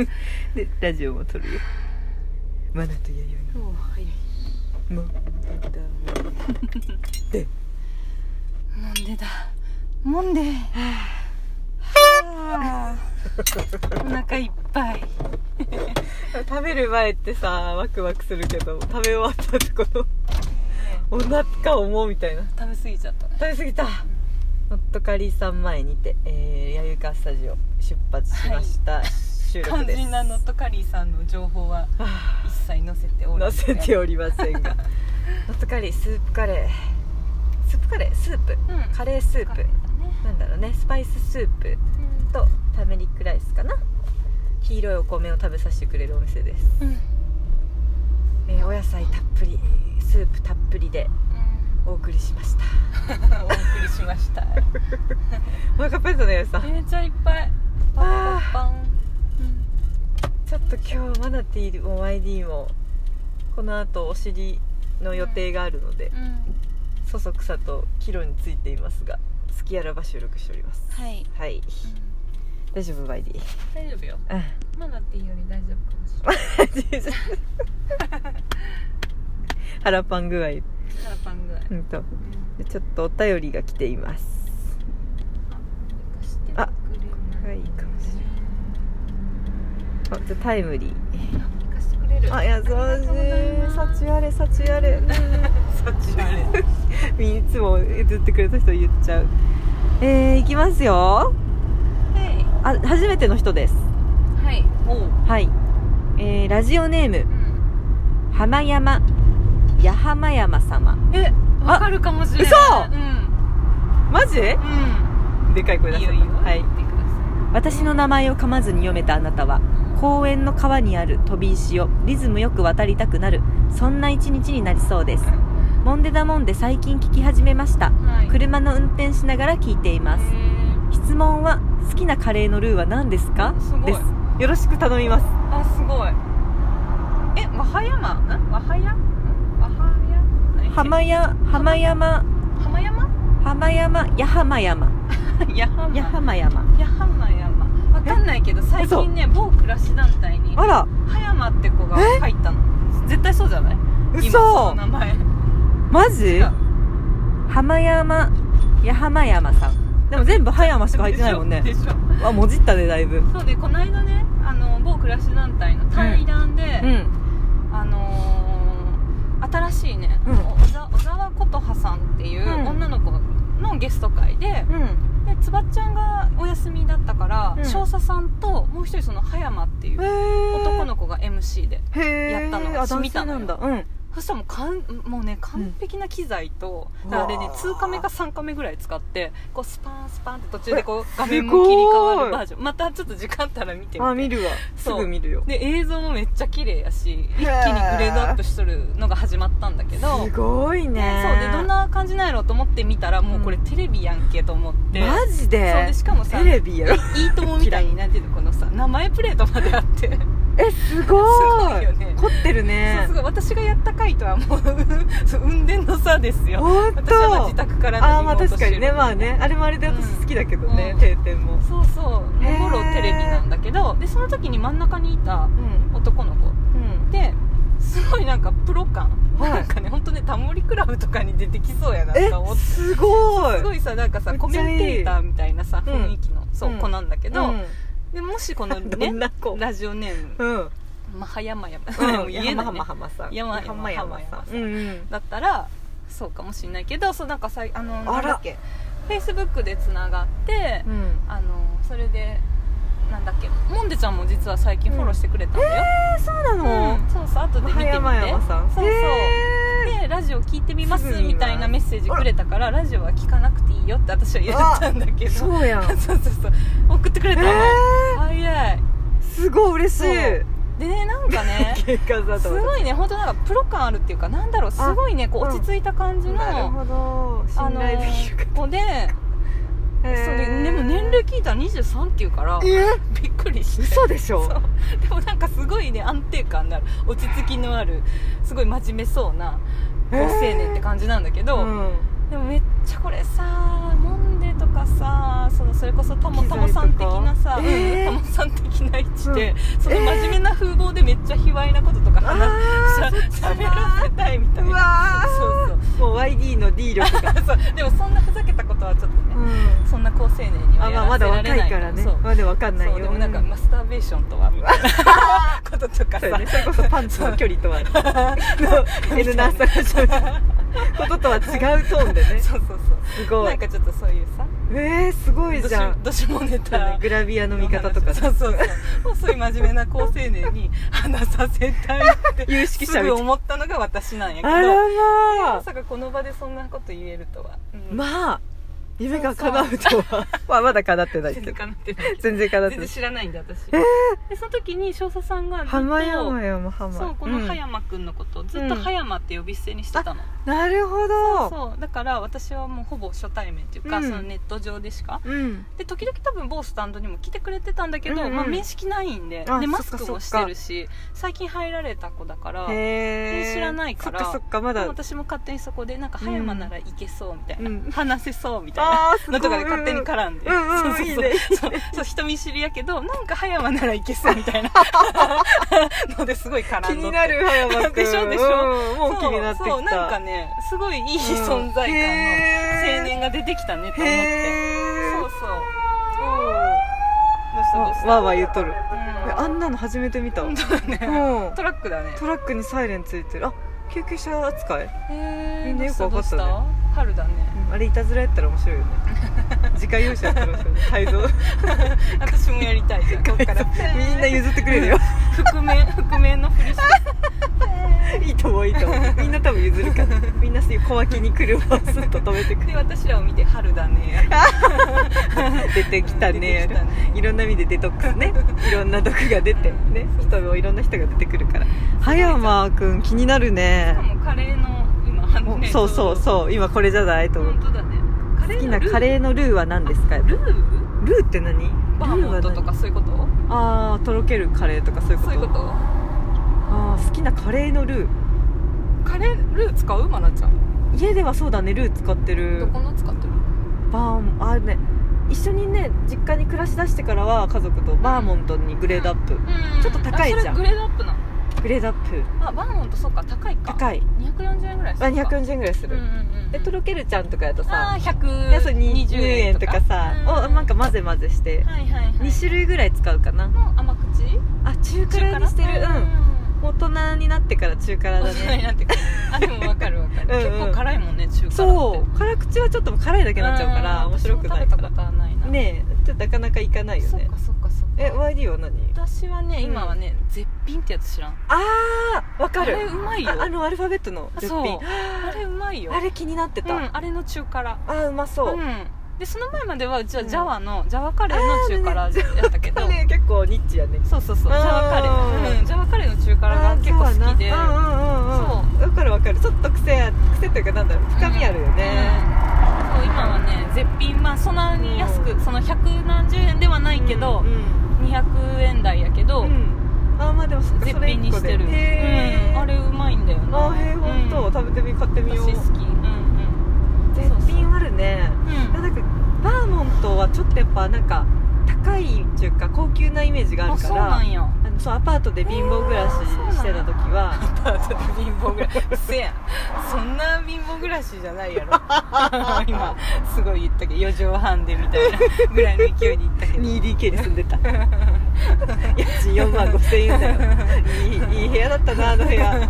でラジオも撮るよ。マナと弥生の早いもんでもんでお腹いっぱい食べる前ってさワクワクするけど、食べ終わったってことお腹重みたいな。 食べ過ぎちゃったね。 食べ過ぎた。ノットカリーさん前にて、弥生川スタジオ出発しました、はい、収録です。 肝心なノットカリーさんの情報は一切載せておりません。 載せておりませんがノットカリースープ、カレー、カレースープ、なんだろうね、スパイススープとターメリックライスかな。黄色いお米を食べさせてくれるお店です、お野菜たっぷり、スープたっぷりでお送りしましたお送りしましたお腹ペットだよさ。 めっちゃいっぱいパンパンパン、 ちょっと今日マナティーも YD もこの後お尻の予定があるので、そそくさと帰路についていますが、好きあらば収録しております。 はいはい、大丈夫 YD？ 大丈夫よ。マナティーより大丈夫かもしれない腹パン具合。 腹パン具合。 ちょっとお便りが来ています。あ、はい、いいかもしれない。じゃタイムリー。あ、優しい。幸あれ幸あれ。 幸あれ。 いつも言ってくれた人言っちゃう。いきますよ。はい。あ、初めての人です。 はい。 はい。ラジオネーム、浜山八浜山様。 わかるかもしれない。 嘘。マジ？でかい声出す。 いいよいいよ。 はい。私の名前を噛まずに読めたあなたは、公園の川にある飛び石をリズムよく渡りたくなる、そんな一日になりそうです。モンデダモンデ最近聞き始めました、はい、車の運転しながら聞いています。質問は、好きなカレーのルーは何ですか？です。よろしく頼みます。 あ、すごい。浜山八浜山わかんないけど、最近ね、某暮らし団体に葉山って子が入ったの。絶対そうじゃない？ 嘘。 今その名前マジ？浜山八浜山さん。でも全部葉山しか入ってないもんね。 でしょ。 あ、もじったねだいぶ。 そうで、この間ね、某暮らし団体の対談で、新しいね、小沢琴葉さんっていう女の子のゲスト会で、でつばっちゃんがお休みだったから、少佐さんともう一人その葉山っていう男の子が MC でやったのが私見たのよ。そしたらもうね、完璧な機材と、あれね、2カメか3カメぐらい使ってこうスパンスパンって途中でこう画面も切り替わるバージョン、またちょっと時間あったら見てみて。 あ、見るわ。すぐ見るよ。 で映像もめっちゃ綺麗やし、一気にグレードアップしとるのが始まったんだけど、 すごいね。 そうで、どんな感じなんやろうと思って見たら、もうこれテレビやんけと思って。 マジで？ そうで、しかもさ、 テレビやろ、 いいともみたいになってるこのさ、名前プレートまであってすごい。 すごいよね。 凝ってるね。 そう、すごい。私がやった回とはもう運転の差ですよ。私は自宅からのリモートしてる。確かにね、まあね、あれもあれで私好きだけどね、定点も。そうそう、 もろテレビなんだけど、でその時に真ん中にいた男の子で、すごいなんかプロ感、なんかね、本当ね、タモリクラブとかに出てきそうやなと思って。すごいさ、なんかさ、コメンテーターみたいなさ、雰囲気の子なんだけど、でもしこのね、ラジオネーム、葉山山、言えないね、山山さんだったらそうかもしれないけど、そう、なんかさ、なんだっけ、フェイスブックでつながって、それでなんだっけ、モンデちゃんも実は最近フォローしてくれたんだよ。 そうなの？ そうそう、後で見てみて。 山山さん。 そうそう。で、ラジオ聞いてみますみたいなメッセージくれたから、ラジオは聞かなくていいよって私は言ったんだけど。 そうやん。 そう送ってくれたの。早い。 すごい嬉しい。 でね、なんかね、すごいね、本当なんかプロ感あるっていうか、なんだろう、すごいね、こう落ち着いた感じの、 なるほど、信頼できる子で、それでも年齢聞いたら23っていうから、びっくりして。 嘘でしょ？ そうでもなんかすごいね、安定感のある、落ち着きのある、すごい真面目そうな高青年って感じなんだけど、でもめっちゃこれさ、モンデとかかさ、それこそタモさん的なさ、タモさん的な位置で、その真面目な風貌でめっちゃ卑猥なこととか喋らせたいみたいな。そうそう、 もう YD の D 力がそうでもそんなふざけたことはちょっとね、そんな高青年にはやらせられない。 まだ若いからね、まだわかんないよ。 でもなんかマスターベーションとはみたいなこととかさ、 それこそパンツの距離とはN ナースがしゃべることとは違うトーンでね。 そうそうそう、 すごい。 なんかちょっとそういうさ、 すごいじゃん。 どしもネタ、 グラビアの見方とか、 そうそうそう、そういう真面目な高青年に話させたいって有識者すぐ思ったのが私なんやけど、 あらまさかこの場でそんなこと言えるとは、 まあ夢が叶うとはまだ叶ってないけど、全然叶ってない、 知らないんで私。でその時に少佐さんがずっと浜山よ、 そうこの葉山くんのことをずっと葉山って呼び捨てにしてたの。 なるほど。 そうだから私はもうほぼ初対面っていうか、そのネット上でしか、で時々多分某スタンドにも来てくれてたんだけど、まあ面識ないんで、マスクもしてるし、最近入られた子だから知らないから、 まだ私も勝手にそこでなんか葉山ならいけそうみたいな、話せそうみたいなのとかで勝手に絡んで、そう人見知りやけどなんか葉山ならいけそうみたいなのですごい絡んで、 気になる葉山くんでしょでしょ、 もう気になってきた。 そうなんかね、すごいいい存在感の青年が出てきたねと思って、そうそう、どうしたわーわー言っとる。あんなの初めて見た。 本当だね、トラックだね。 トラックにサイレンついてる。あ、救急車扱い。みんなよく分分かったね。 春だね。 あれいたずらやったら面白いよね。自家用車やったら面白いね。改造私もやりたいじゃん、こっからみんな譲ってくれるよ。 覆面のふりしていいと思う、いいと思う。みんな多分譲るから。みんなそういう小脇に車をスッと止めてくる。 で私らを見て春だね出てきたね。いろんな意味でデトックスね。いろんな毒が出てね、人もいろんな人が出てくるから。葉山くん気になるね。 しかもカレーの今ね、 そうそうそう、今これじゃないと思う。 本当だね。 好きなカレーのルーは何ですか？ ルーって何？ バーモントとかそういうこと？ ああ、とろけるカレーとかそういうこと？ そういうこと？ ああ、好きなカレーのルー。 カレールー使う？マナちゃん。 家ではそうだね、ルー使ってる。 どこの使ってる？ あれね、一緒にね実家に暮らしだしてからは家族とバーモントにグレードアップ、ちょっと高いじゃん。 それグレードアップなの？ グレードアップ。 あ、バーモントそっか、高いか。 高い。 240円ぐらいするか。 240円ぐらいする。でとろけるちゃんとかやとさ、 120 円とかさ、なんか混ぜ混ぜして2種類ぐらい使うかな。 甘口？ あ、中辛にしてる。大人になってから中辛だね。 大人になってから。あ、でも分かる分かる。結構辛いもんね、中辛って。 そう辛口はちょっと辛いだけになっちゃうから面白くないから。 食べたことはないな。 ねえ、ちょっとなかなかいかないよね。 そっかそっかそっか。 YD は何？ 私はね、今はね、絶品ってやつ知らん？ あー、わかる。 あれうまいよ。 アルファベットの絶品。 あれうまいよ。 あれ気になってた。 あれの中辛。 うまそう。 でその前まではうちはジャワカレーの中辛やったけど、 ね、結構ニッチやね。 そうジャワカレー、ジャワカレーの中辛が結構好きで、 そう分かる分かる。ちょっと癖というかなんだろう、深みあるよね。 そう今はね絶品、まあそんなに安く、その100何十円ではないけど、200円台やけど、 まあでも絶品にしてる。あれうまいんだよな。 本当食べて買ってみよう。 私好き。 絶品あるね。なんかバーモントはちょっとやっぱなんか高いっていうか高級なイメージがあるから。 そうなんや。 そうアパートで貧乏暮らししてた時は、 アパートで貧乏暮らしうせやん、そんな貧乏暮らしじゃないやろ今すごい言ったけど4畳半でみたいなぐらいの勢いに言ったけど 2DK で住んでた家賃4万5千円だよ。いい部屋だったな、あの部屋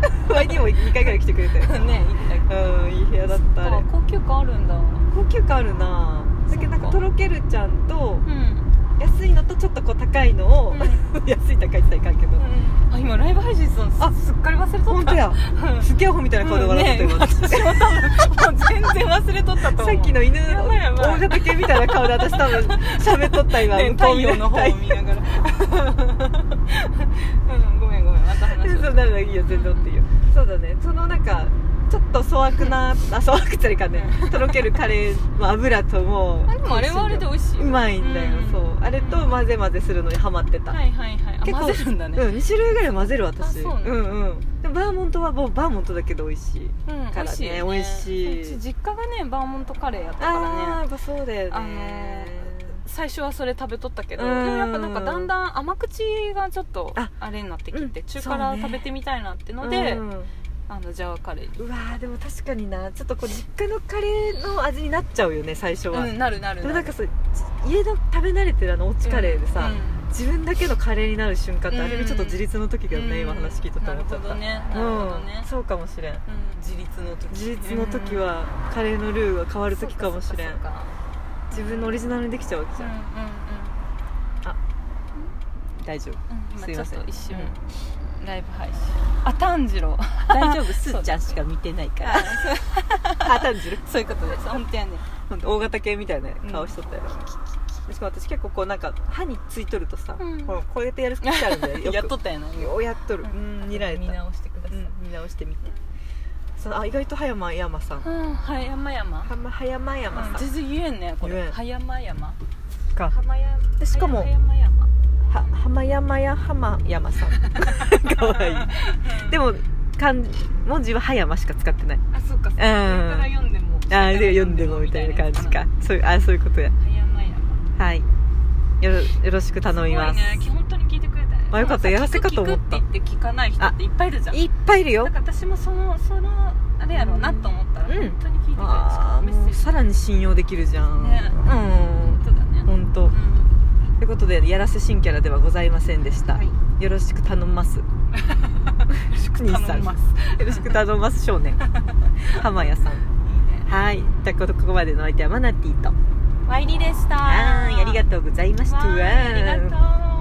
YD も2回ぐらい来てくれたよね。いい部屋だった。あれ高級感あるんだ。 高級感あるな。だけどなんかとろけるちゃんと、安いのとちょっとこう高いのを、安い高いって言ったらいかんけど、 今ライブ配信するのすっかり忘れとった。 本当やすっげえアホみたいな顔で笑ってたよ、 私も多分もう全然忘れとったと思う。 さっきの犬大型犬みたいな顔で私多分喋っとった今、 太陽の方を見ながらごめんまた話を。 そうならいいよ、全然っていう。そうだね、そのなんかちょっと粗悪な粗悪っていかねとろけるカレーの油ともでもあれはあれで美味しい、 うまいんだよ、そうあれと混ぜ混ぜするのにハマってた。 はいはいはい。結構混ぜるんだね。 2種類ぐらい混ぜる私。 そうなんだ。 でもバーモントはもうバーモントだけど美味しいからね、美味しい。 うち実家がねバーモントカレーやったからね。 やっぱそうだよね。 最初はそれ食べとったけど、でもやっぱなんかだんだん甘口がちょっとあれになってきて、中辛食べてみたいなってので、ジャワカレー。 うわーでも確かにな、ちょっとこう実家のカレーの味になっちゃうよね最初は。 なる。でもなんかそう家の食べ慣れてるおうちカレーでさ、自分だけのカレーになる瞬間ってあれでちょっと自立の時けどね、今話聞いとって思っちゃった。 なるほどね。 そうかもしれん。 自立の時はカレーのルーが変わる時かもしれん。自分のオリジナルにできちゃうわけじゃん。あ、大丈夫。すいません。 一瞬ライブ配信。炭治郎。 大丈夫。すーちゃんしか見てないから。炭治郎。 そういうことです。本当やね。 大型犬みたいな顔しとったよ。しかも私結構こうなんか歯についとるとさ、こうやってやる気あるんで。 やっとったやな。 やっとる。見られた。 見直してください。 見直してみて。意外と葉山山さん。 葉山山さん。全然言えんねこれ。葉山山か。しかも浜山や浜山さん。かわいい。でも文字は葉山しか使ってない。 あ、そうか。から読んでも。 読んでもみたいな感じか。そういうことや。 葉山山。 はい。よろしく頼みます。 本当に聞いてくれたね。 よかった。やらせかと思った。 聞くって言って聞かない人っていっぱいいるじゃん。 いっぱいいるよ。 だから私もそのあれやろうなと思ったら本当に聞いてくれるしかもうさらに信用できるじゃん。 本当だね。 本当。ということでやらせ新キャラではございませんでした。よろしく頼みます。よろしく頼みます。よろしく頼みます少年。浜谷さん。はい。じゃあここまでの相手はマナティとワイリでした。 ありがとうございました。 ありがとう。